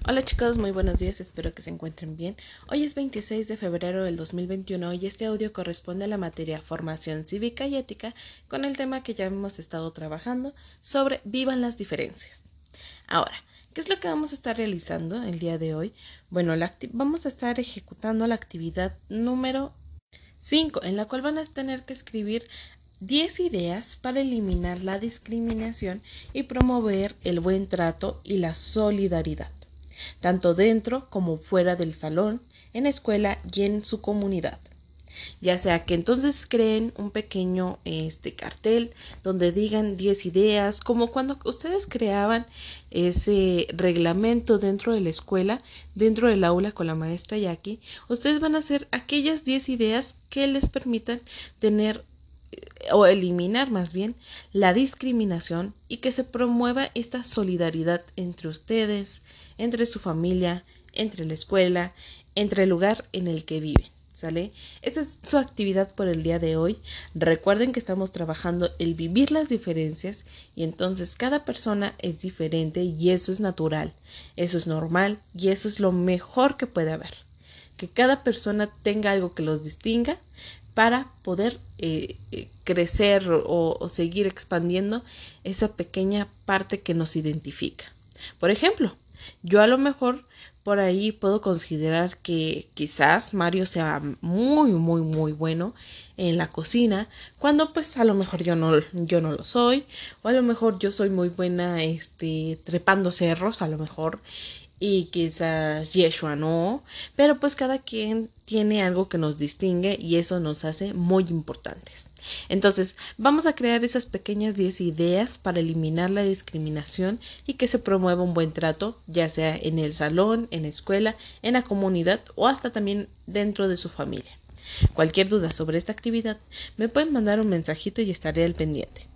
Hola chicos, muy buenos días, espero que se encuentren bien. Hoy es 26 de febrero del 2021 y este audio corresponde a la materia Formación Cívica y Ética con el tema que ya hemos estado trabajando sobre Vivan las diferencias. Ahora, ¿qué es lo que vamos a estar realizando el día de hoy? Bueno, vamos a estar ejecutando la actividad número 5, en la cual van a tener que escribir 10 ideas para eliminar la discriminación y promover el buen trato y la solidaridad, tanto dentro como fuera del salón, en la escuela y en su comunidad. Ya sea que entonces creen un pequeño cartel donde digan 10 ideas, como cuando ustedes creaban ese reglamento dentro de la escuela, dentro del aula con la maestra Jackie, ustedes van a hacer aquellas 10 ideas que les permitan tener o eliminar más bien la discriminación y que se promueva esta solidaridad entre ustedes, entre su familia, entre la escuela, entre el lugar en el que viven. ¿Sale? Esta es su actividad por el día de hoy. Recuerden que estamos trabajando el vivir las diferencias y entonces cada persona es diferente y eso es natural, eso es normal y eso es lo mejor que puede haber. Que cada persona tenga algo que los distinga para poder crecer o seguir expandiendo esa pequeña parte que nos identifica. Por ejemplo, yo a lo mejor por ahí puedo considerar que quizás Mario sea muy bueno en la cocina, cuando pues a lo mejor yo no lo soy, o a lo mejor yo soy muy buena trepando cerros, a lo mejor, y quizás Yeshua no, pero pues cada quien tiene algo que nos distingue y eso nos hace muy importantes. Entonces, vamos a crear esas pequeñas 10 ideas para eliminar la discriminación y que se promueva un buen trato, ya sea en el salón, en la escuela, en la comunidad o hasta también dentro de su familia. Cualquier duda sobre esta actividad, me pueden mandar un mensajito y estaré al pendiente.